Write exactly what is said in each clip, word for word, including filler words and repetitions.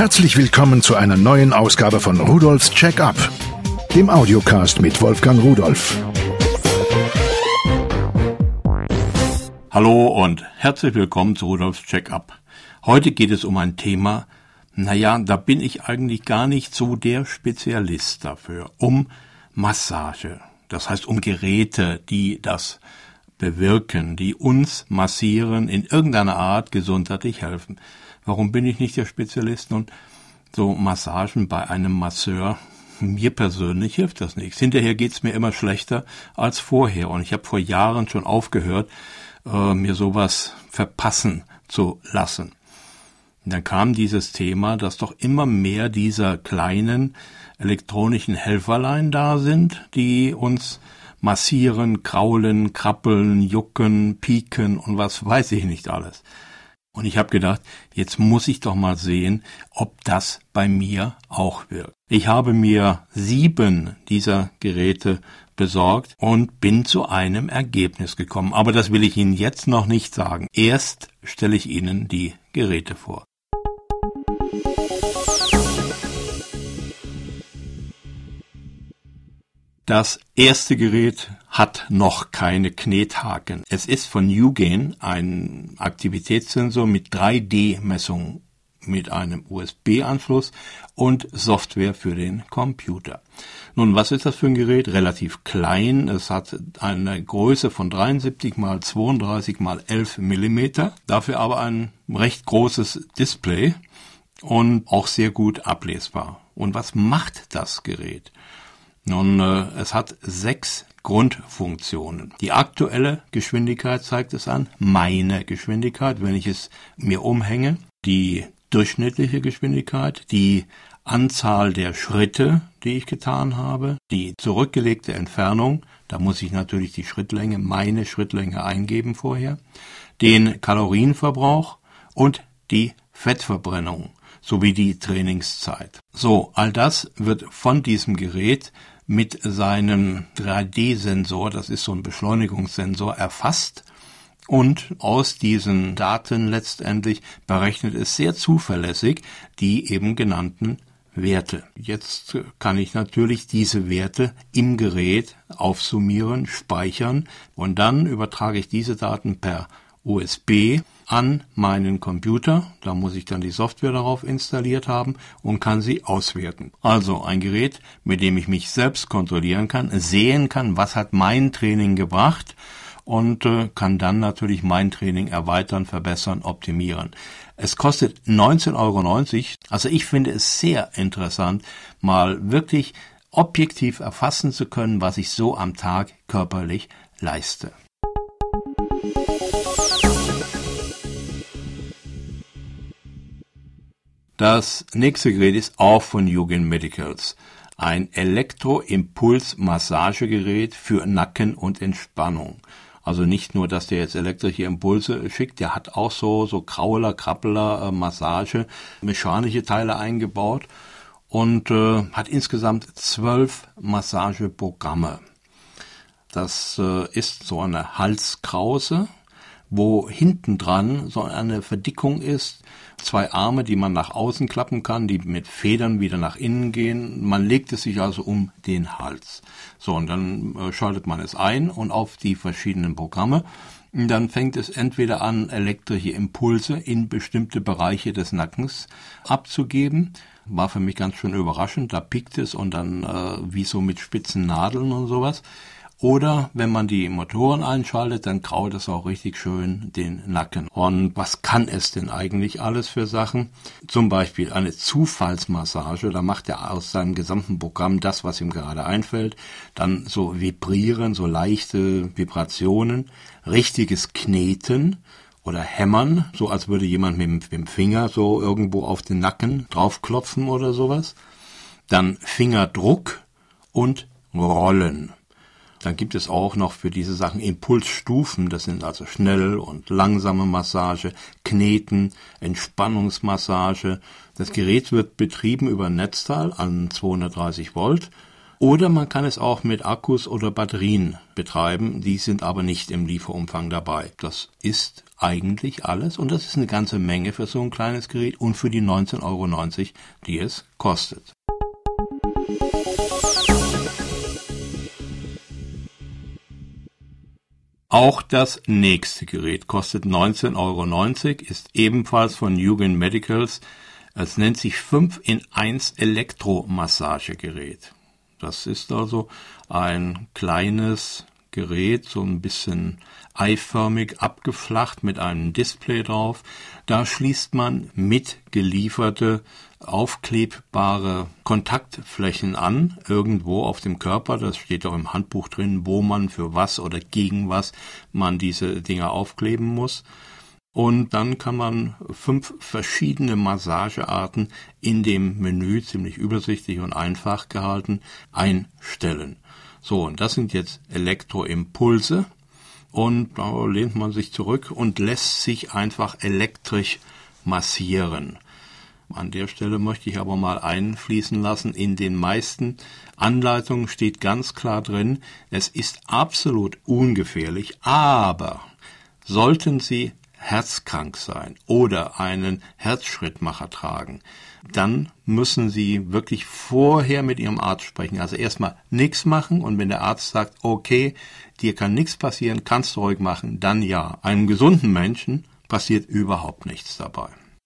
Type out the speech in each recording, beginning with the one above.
Herzlich willkommen zu einer neuen Ausgabe von Rudolfs Check-up, dem Audiocast mit Wolfgang Rudolf. Hallo und herzlich willkommen zu Rudolfs Check-up. Heute geht es um ein Thema, naja, da bin ich eigentlich gar nicht so der Spezialist dafür, um Massage. Das heißt um Geräte, die das bewirken, die uns massieren, in irgendeiner Art gesundheitlich helfen. Warum bin ich nicht der Spezialist? Nun, so Massagen bei einem Masseur, mir persönlich hilft das nichts. Hinterher geht's mir immer schlechter als vorher. Und ich habe vor Jahren schon aufgehört, äh, mir sowas verpassen zu lassen. Und dann kam dieses Thema, dass doch immer mehr dieser kleinen elektronischen Helferlein da sind, die uns massieren, kraulen, krabbeln, jucken, pieken und was weiß ich nicht alles. Und ich habe gedacht, jetzt muss ich doch mal sehen, ob das bei mir auch wirkt. Ich habe mir sieben dieser Geräte besorgt und bin zu einem Ergebnis gekommen. Aber das will ich Ihnen jetzt noch nicht sagen. Erst stelle ich Ihnen die Geräte vor. Das erste Gerät hat noch keine Knethaken. Es ist von NuGain ein Aktivitätssensor mit drei D-Messung mit einem U S B-Anschluss und Software für den Computer. Nun, was ist das für ein Gerät? Relativ klein. Es hat eine Größe von dreiundsiebzig mal zweiunddreißig mal elf Millimeter. Dafür aber ein recht großes Display und auch sehr gut ablesbar. Und was macht das Gerät? Nun, äh, es hat sechs Grundfunktionen. Die aktuelle Geschwindigkeit zeigt es an, meine Geschwindigkeit, wenn ich es mir umhänge. Die durchschnittliche Geschwindigkeit, die Anzahl der Schritte, die ich getan habe, die zurückgelegte Entfernung, da muss ich natürlich die Schrittlänge, meine Schrittlänge eingeben vorher, den Kalorienverbrauch und die Fettverbrennung sowie die Trainingszeit. So, all das wird von diesem Gerät mit seinem drei D-Sensor, das ist so ein Beschleunigungssensor, erfasst und aus diesen Daten letztendlich berechnet es sehr zuverlässig die eben genannten Werte. Jetzt kann ich natürlich diese Werte im Gerät aufsummieren, speichern und dann übertrage ich diese Daten per U S B an meinen Computer. Da muss ich dann die Software darauf installiert haben und kann sie auswerten. Also ein Gerät, mit dem ich mich selbst kontrollieren kann, sehen kann, was hat mein Training gebracht und äh, kann dann natürlich mein Training erweitern, verbessern, optimieren. Es kostet neunzehn Euro neunzig. Also ich finde es sehr interessant, mal wirklich objektiv erfassen zu können, was ich so am Tag körperlich leiste. Das nächste Gerät ist auch von NuGain Medicals. Ein Elektroimpuls-Massagegerät für Nacken und Entspannung. Also nicht nur, dass der jetzt elektrische Impulse schickt, der hat auch so, so Krauler, Krabbeler, äh, Massage, mechanische Teile eingebaut und äh, hat insgesamt zwölf Massageprogramme. Das äh, ist so eine Halskrause, wo hinten dran so eine Verdickung ist, zwei Arme, die man nach außen klappen kann, die mit Federn wieder nach innen gehen. Man legt es sich also um den Hals. So, und dann äh, schaltet man es ein und auf die verschiedenen Programme. Und dann fängt es entweder an, elektrische Impulse in bestimmte Bereiche des Nackens abzugeben. War für mich ganz schön überraschend. Da piekt es und dann äh, wie so mit spitzen Nadeln und sowas. Oder wenn man die Motoren einschaltet, dann kraut es auch richtig schön den Nacken. Und was kann es denn eigentlich alles für Sachen? Zum Beispiel eine Zufallsmassage, da macht er aus seinem gesamten Programm das, was ihm gerade einfällt. Dann so Vibrieren, so leichte Vibrationen, richtiges Kneten oder Hämmern, so als würde jemand mit, mit dem Finger so irgendwo auf den Nacken draufklopfen oder sowas. Dann Fingerdruck und Rollen. Dann gibt es auch noch für diese Sachen Impulsstufen, das sind also schnell und langsame Massage, Kneten, Entspannungsmassage. Das Gerät wird betrieben über ein Netzteil an zweihundertdreißig Volt Oder man kann es auch mit Akkus oder Batterien betreiben, die sind aber nicht im Lieferumfang dabei. Das ist eigentlich alles und das ist eine ganze Menge für so ein kleines Gerät und für die neunzehn Euro neunzig, die es kostet. Auch das nächste Gerät kostet neunzehn Euro neunzig, ist ebenfalls von Nugent Medicals. Es nennt sich fünf in eins Elektromassagegerät. Das ist also ein kleines Gerät, so ein bisschen eiförmig abgeflacht mit einem Display drauf. Da schließt man mitgelieferte aufklebbare Kontaktflächen an, irgendwo auf dem Körper. Das steht auch im Handbuch drin, wo man für was oder gegen was man diese Dinger aufkleben muss. Und dann kann man fünf verschiedene Massagearten in dem Menü, ziemlich übersichtlich und einfach gehalten, einstellen. So, und das sind jetzt Elektroimpulse. Und da lehnt man sich zurück und lässt sich einfach elektrisch massieren. An der Stelle möchte ich aber mal einfließen lassen, in den meisten Anleitungen steht ganz klar drin, es ist absolut ungefährlich, aber sollten Sie herzkrank sein oder einen Herzschrittmacher tragen, dann müssen Sie wirklich vorher mit Ihrem Arzt sprechen. Also erstmal nichts machen und wenn der Arzt sagt, okay, dir kann nichts passieren, kannst du ruhig machen, dann ja. Einem gesunden Menschen passiert überhaupt nichts dabei.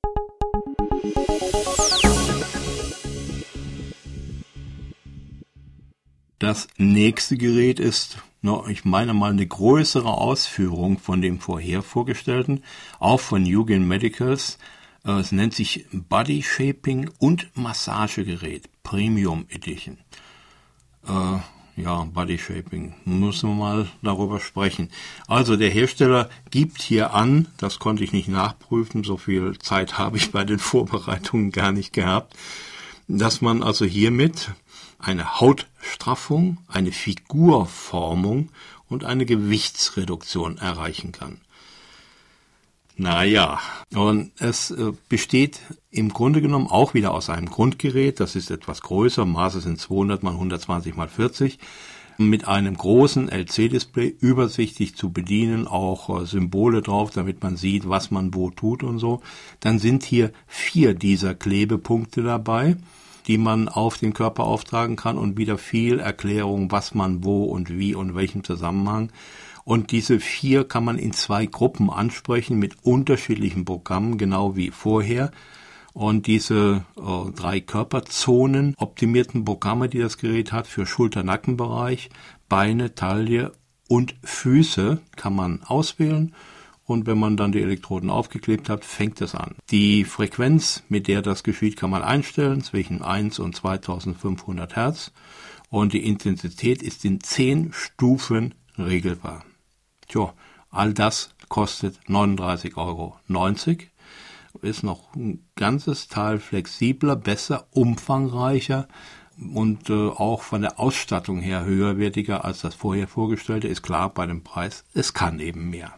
Das nächste Gerät ist, ich meine mal, eine größere Ausführung von dem vorher vorgestellten, auch von Nugent Medicals. Es nennt sich Body Shaping und Massagegerät, Premium Edition. Äh, ja, Body Shaping, müssen wir mal darüber sprechen. Also der Hersteller gibt hier an, das konnte ich nicht nachprüfen, so viel Zeit habe ich bei den Vorbereitungen gar nicht gehabt, dass man also hiermit eine Hautstraffung, eine Figurformung und eine Gewichtsreduktion erreichen kann. Naja, und es äh, besteht im Grunde genommen auch wieder aus einem Grundgerät, das ist etwas größer, Maße sind zweihundert mal hundertzwanzig mal vierzig, mit einem großen L C-Display, übersichtlich zu bedienen, auch äh, Symbole drauf, damit man sieht, was man wo tut und so. Dann sind hier vier dieser Klebepunkte dabei, die man auf den Körper auftragen kann und wieder viel Erklärung, was man wo und wie und welchem Zusammenhang. Und diese vier kann man in zwei Gruppen ansprechen mit unterschiedlichen Programmen, genau wie vorher. Und diese äh, drei Körperzonen optimierten Programme, die das Gerät hat, für Schulter-Nackenbereich, Beine, Taille und Füße kann man auswählen. Und wenn man dann die Elektroden aufgeklebt hat, fängt es an. Die Frequenz, mit der das geschieht, kann man einstellen zwischen eins und zweitausendfünfhundert Hertz. Und die Intensität ist in zehn Stufen regelbar. Tja, all das kostet neununddreißig Euro neunzig. Ist noch ein ganzes Teil flexibler, besser, umfangreicher und äh, auch von der Ausstattung her höherwertiger als das vorher vorgestellte. Ist klar bei dem Preis, es kann eben mehr.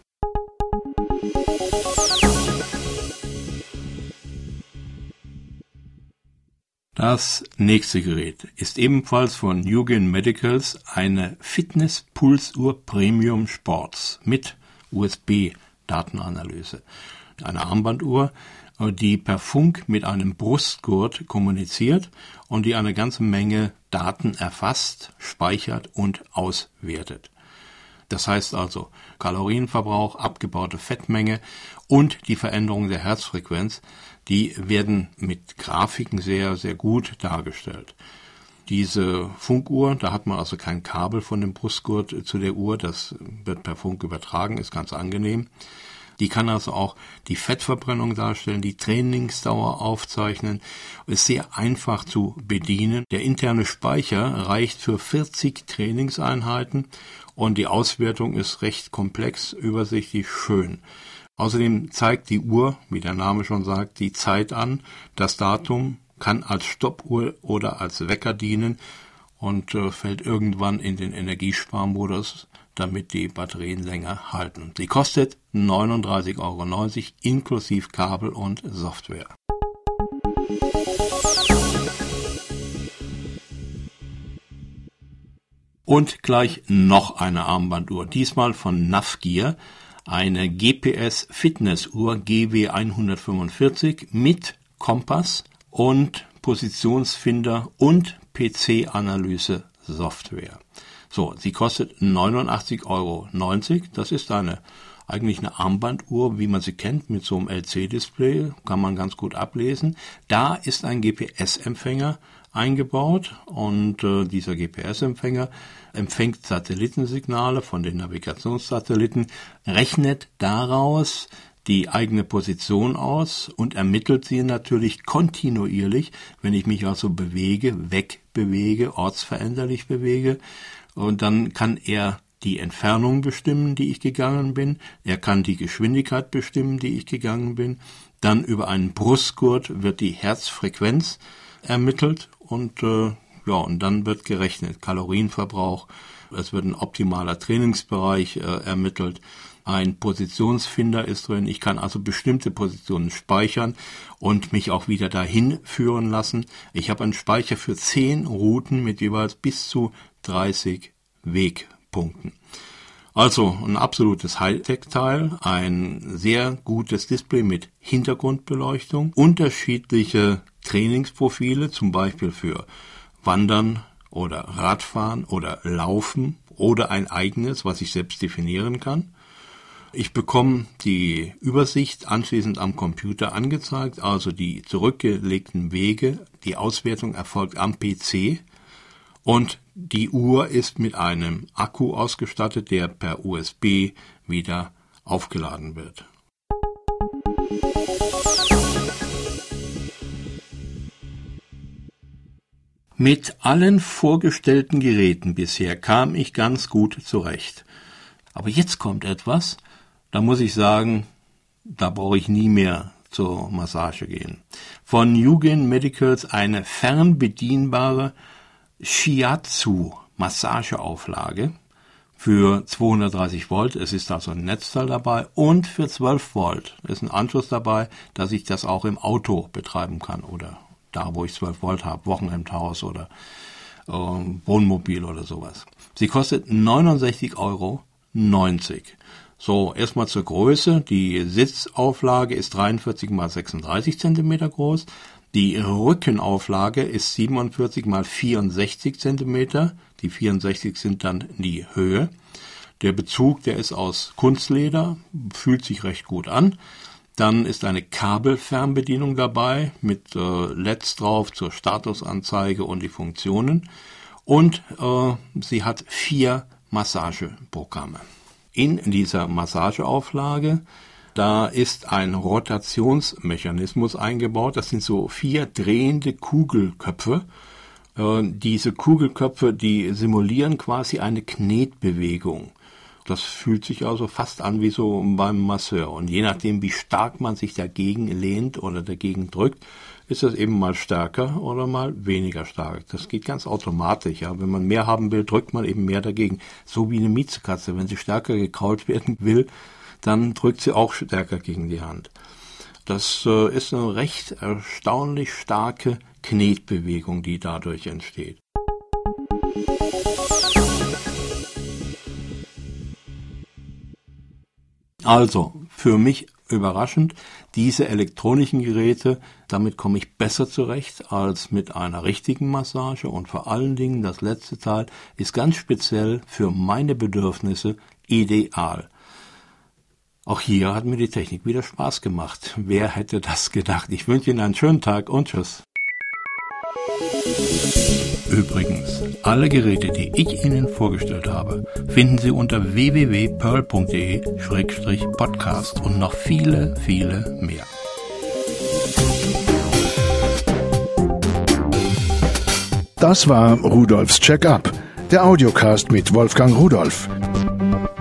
Das nächste Gerät ist ebenfalls von Nugent Medicals eine Fitness-Pulsuhr Premium Sports mit U S B-Datenanalyse. Eine Armbanduhr, die per Funk mit einem Brustgurt kommuniziert und die eine ganze Menge Daten erfasst, speichert und auswertet. Das heißt also Kalorienverbrauch, abgebaute Fettmenge und die Veränderung der Herzfrequenz, die werden mit Grafiken sehr, sehr gut dargestellt. Diese Funkuhr, da hat man also kein Kabel von dem Brustgurt zu der Uhr, das wird per Funk übertragen, ist ganz angenehm. Die kann also auch die Fettverbrennung darstellen, die Trainingsdauer aufzeichnen, ist sehr einfach zu bedienen. Der interne Speicher reicht für vierzig Trainingseinheiten und die Auswertung ist recht komplex, übersichtlich, schön. Außerdem zeigt die Uhr, wie der Name schon sagt, die Zeit an. Das Datum kann als Stoppuhr oder als Wecker dienen und äh, fällt irgendwann in den Energiesparmodus, damit die Batterien länger halten. Sie kostet neununddreißig Euro neunzig inklusive Kabel und Software. Und gleich noch eine Armbanduhr, diesmal von Navgear, eine G P S-Fitnessuhr G W hundertfünfundvierzig mit Kompass und Positionsfinder und P C-Analyse-Software. So, sie kostet neunundachtzig Euro neunzig. Das ist eine eigentlich eine Armbanduhr, wie man sie kennt, mit so einem L C-Display, kann man ganz gut ablesen. Da ist ein G P S-Empfänger eingebaut und äh, dieser G P S-Empfänger empfängt Satellitensignale von den Navigationssatelliten, rechnet daraus die eigene Position aus und ermittelt sie natürlich kontinuierlich, wenn ich mich also bewege, wegbewege, ortsveränderlich bewege. Und dann kann er die Entfernung bestimmen, die ich gegangen bin. Er kann die Geschwindigkeit bestimmen, die ich gegangen bin. Dann über einen Brustgurt wird die Herzfrequenz ermittelt und äh, ja, und dann wird gerechnet Kalorienverbrauch. Es wird ein optimaler Trainingsbereich äh, ermittelt. Ein Positionsfinder ist drin. Ich kann also bestimmte Positionen speichern und mich auch wieder dahin führen lassen. Ich habe einen Speicher für zehn Routen mit jeweils bis zu dreißig Wegpunkten. Also ein absolutes Hightech-Teil, ein sehr gutes Display mit Hintergrundbeleuchtung, unterschiedliche Trainingsprofile, zum Beispiel für Wandern oder Radfahren oder Laufen oder ein eigenes, was ich selbst definieren kann. Ich bekomme die Übersicht anschließend am Computer angezeigt, also die zurückgelegten Wege. Die Auswertung erfolgt am P C und die Uhr ist mit einem Akku ausgestattet, der per U S B wieder aufgeladen wird. Mit allen vorgestellten Geräten bisher kam ich ganz gut zurecht. Aber jetzt kommt etwas, da muss ich sagen, da brauche ich nie mehr zur Massage gehen. Von Newgen Medicals eine fernbedienbare Shiatsu-Massageauflage für zweihundertdreißig Volt. Es ist also ein Netzteil dabei und für zwölf Volt ist ein Anschluss dabei, dass ich das auch im Auto betreiben kann oder da, wo ich zwölf Volt habe, Wochenendhaus oder äh, Wohnmobil oder sowas. Sie kostet neunundsechzig Euro neunzig. So, erstmal zur Größe. Die Sitzauflage ist dreiundvierzig mal sechsunddreißig Zentimeter groß. Die Rückenauflage ist siebenundvierzig mal vierundsechzig Zentimeter. Die vierundsechzig sind dann die Höhe. Der Bezug, der ist aus Kunstleder, fühlt sich recht gut an. Dann ist eine Kabelfernbedienung dabei mit äh, L E Ds drauf zur Statusanzeige und die Funktionen. Und äh, sie hat vier Massageprogramme. In dieser Massageauflage, da ist ein Rotationsmechanismus eingebaut. Das sind so vier drehende Kugelköpfe. Äh, diese Kugelköpfe, die simulieren quasi eine Knetbewegung. Das fühlt sich also fast an wie so beim Masseur. Und je nachdem, wie stark man sich dagegen lehnt oder dagegen drückt, ist das eben mal stärker oder mal weniger stark. Das geht ganz automatisch. Ja. Wenn man mehr haben will, drückt man eben mehr dagegen. So wie eine Miezekatze. Wenn sie stärker gekrault werden will, dann drückt sie auch stärker gegen die Hand. Das äh, ist eine recht erstaunlich starke Knetbewegung, die dadurch entsteht. Also, für mich überraschend, diese elektronischen Geräte, damit komme ich besser zurecht als mit einer richtigen Massage und vor allen Dingen das letzte Teil ist ganz speziell für meine Bedürfnisse ideal. Auch hier hat mir die Technik wieder Spaß gemacht. Wer hätte das gedacht? Ich wünsche Ihnen einen schönen Tag und tschüss. Übrigens, alle Geräte, die ich Ihnen vorgestellt habe, finden Sie unter w w w punkt pearl punkt d e slash podcast und noch viele, viele mehr. Das war Rudolfs Check-up, der Audiocast mit Wolfgang Rudolf.